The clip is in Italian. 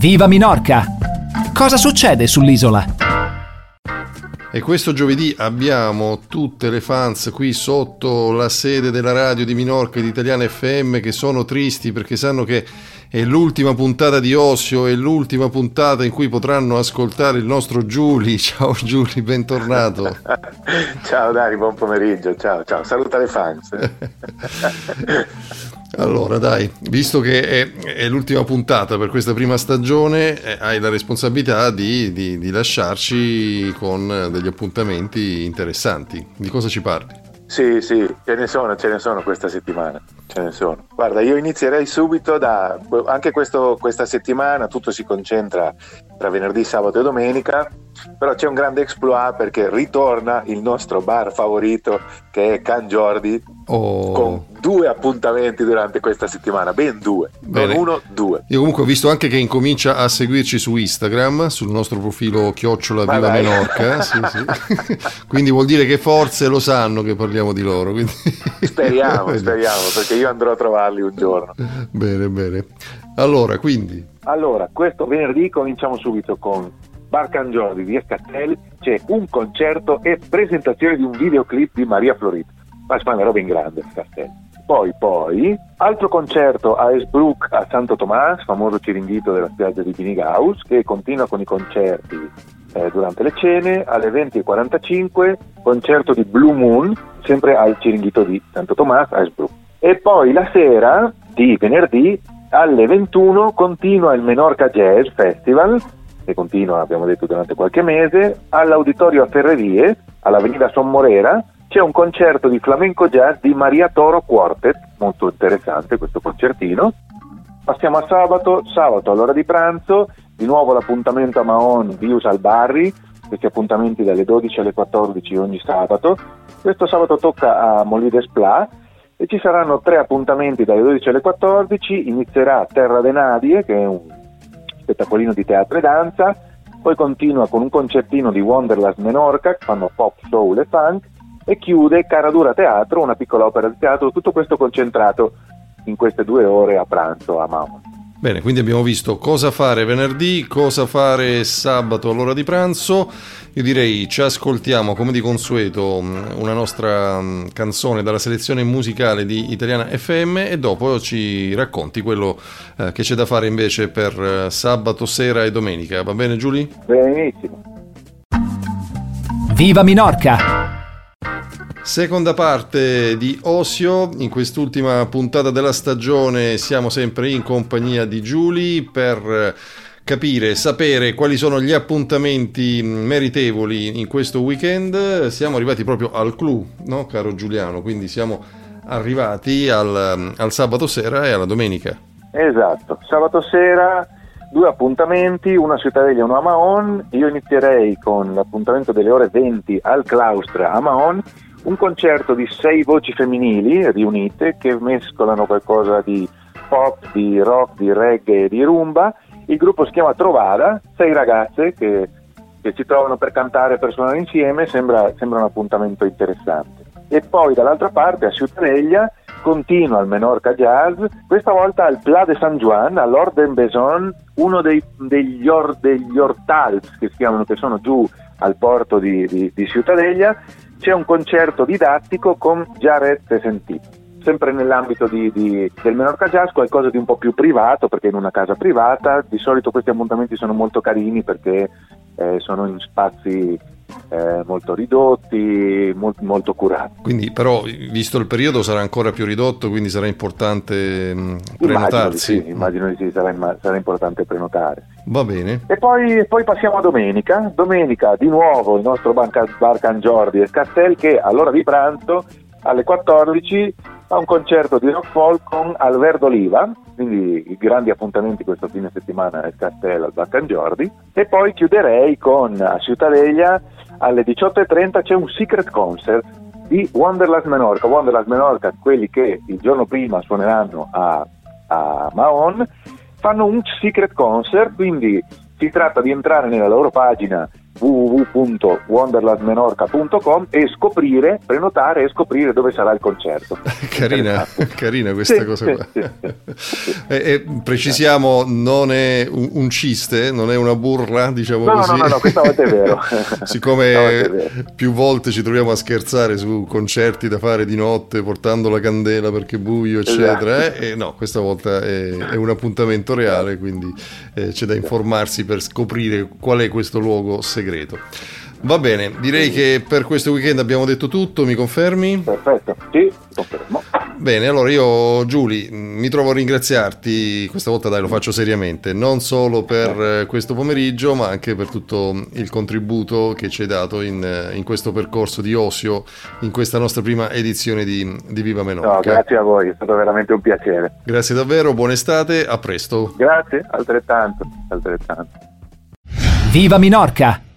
Viva Minorca! Cosa succede sull'isola? E questo giovedì abbiamo tutte le fans qui sotto la sede della radio di Minorca e di Italiana FM che sono tristi perché sanno che è l'ultima puntata di Osio, è l'ultima puntata in cui potranno ascoltare il nostro Giuli. Ciao Giuli, bentornato. Ciao Dari, buon pomeriggio, ciao, saluta le fans. Allora dai, visto che è l'ultima puntata per questa prima stagione, hai la responsabilità di lasciarci con degli appuntamenti interessanti. Di cosa ci parli? Sì, ce ne sono questa settimana, ce ne sono. Guarda, io inizierei subito anche questa settimana tutto si concentra tra venerdì, sabato e domenica, però c'è un grande exploit perché ritorna il nostro bar favorito che è Can Jordi, con 2 appuntamenti durante questa settimana, ben 2, non 1, 2. Io comunque ho visto anche che incomincia a seguirci su Instagram, sul nostro profilo @VivaMinorca, sì. Quindi vuol dire che forse lo sanno che parliamo di loro. Quindi... Speriamo, perché io andrò a trovarli un giorno. Bene. Allora, questo venerdì cominciamo subito con Bar Can Jordi di Escattel, c'è un concerto e presentazione di un videoclip di Maria Florit. Ma si fa una roba in grande Escattel. Poi altro concerto a Esbrook a Santo Tomás, famoso ciringhito della spiaggia di Binigaus, che continua con i concerti durante le cene. Alle 20:45 concerto di Blue Moon, sempre al ciringhito di Santo Tomás a Esbrook. E poi la sera di venerdì alle 21 continua il Menorca Jazz Festival, che continua, abbiamo detto, durante qualche mese, all'Auditorio a Ferrerie, all'Avenida Sommorera. C'è un concerto di flamenco jazz di Maria Toro Quartet, molto interessante questo concertino. Passiamo a sabato all'ora di pranzo, di nuovo l'appuntamento a Mahon di Us al Barri, questi appuntamenti dalle 12 alle 14 ogni sabato. Questo sabato tocca a Molí d'Esplà e ci saranno 3 appuntamenti dalle 12 alle 14, inizierà Terra de Nadie, che è un spettacolino di teatro e danza, poi continua con un concertino di Wonderlust Menorca, che fanno pop, soul e funk, e chiude Caradura Teatro, una piccola opera di teatro, tutto questo concentrato in queste 2 ore a pranzo a Mahon. Bene, quindi abbiamo visto cosa fare venerdì, cosa fare sabato all'ora di pranzo. Io direi ci ascoltiamo come di consueto una nostra canzone dalla selezione musicale di Italiana FM e dopo ci racconti quello che c'è da fare invece per sabato sera e domenica. Va bene Giulia? Benissimo. Viva Minorca! Seconda parte di Osio, in quest'ultima puntata della stagione siamo sempre in compagnia di Giulia per sapere quali sono gli appuntamenti meritevoli in questo weekend. Siamo arrivati proprio al clou, no caro Giuliano? Quindi siamo arrivati al sabato sera e alla domenica. Esatto, sabato sera 2 appuntamenti, uno a Ciutadella e uno a Mahon. Io inizierei con l'appuntamento delle ore 20 al Claustra a Mahon, un concerto di 6 voci femminili riunite che mescolano qualcosa di pop, di rock, di reggae e di rumba. Il gruppo si chiama Trovada, 6 ragazze che si trovano per cantare e per suonare insieme, sembra un appuntamento interessante. E poi dall'altra parte a Ciutadella continua il Menorca Jazz, questa volta al Pla de San Juan, all'Orden Beson, uno degli Hortals che si chiamano, che sono giù al porto di Ciutadella. C'è un concerto didattico con Jared Sentì, sempre nell'ambito del Menorca Jazz, qualcosa di un po' più privato, perché in una casa privata. Di solito questi appuntamenti sono molto carini perché sono in spazi molto ridotti, molto curati. Quindi però, visto il periodo, sarà ancora più ridotto, quindi sarà importante prenotarsi. Immagino di sì, sarà importante prenotare. Va bene. E poi passiamo a domenica di nuovo il nostro Bar Can Jordi Escattel, che all'ora di pranzo alle 14 fa un concerto di rock folk con Alberto Oliva, quindi i grandi appuntamenti questo fine settimana a Escattel al Bar Can Jordi. E poi chiuderei con a Ciutadella alle 18:30 c'è un secret concert di Wonderlust Menorca, quelli che il giorno prima suoneranno a Mahon, fanno un secret concert, quindi si tratta di entrare nella loro pagina www.wonderlandmenorca.com e prenotare e scoprire dove sarà il concerto. Carina questa cosa qua. Precisiamo, non è un ciste, non è una burla, diciamo così. No, questa volta è vero. Siccome più volte ci troviamo a scherzare su concerti da fare di notte portando la candela perché buio, eccetera, e no, questa volta è un appuntamento reale, quindi c'è da informarsi per scoprire qual è questo luogo segreto. Va bene, direi che per questo weekend abbiamo detto tutto, mi confermi? Perfetto, sì, confermo. Bene, allora io, Giulia, mi trovo a ringraziarti, questa volta lo faccio seriamente, non solo per questo pomeriggio, ma anche per tutto il contributo che ci hai dato in questo percorso di Osio, in questa nostra prima edizione di Viva Menorca. No, grazie a voi, è stato veramente un piacere. Grazie davvero, buona estate, a presto. Grazie, altrettanto. Viva Minorca!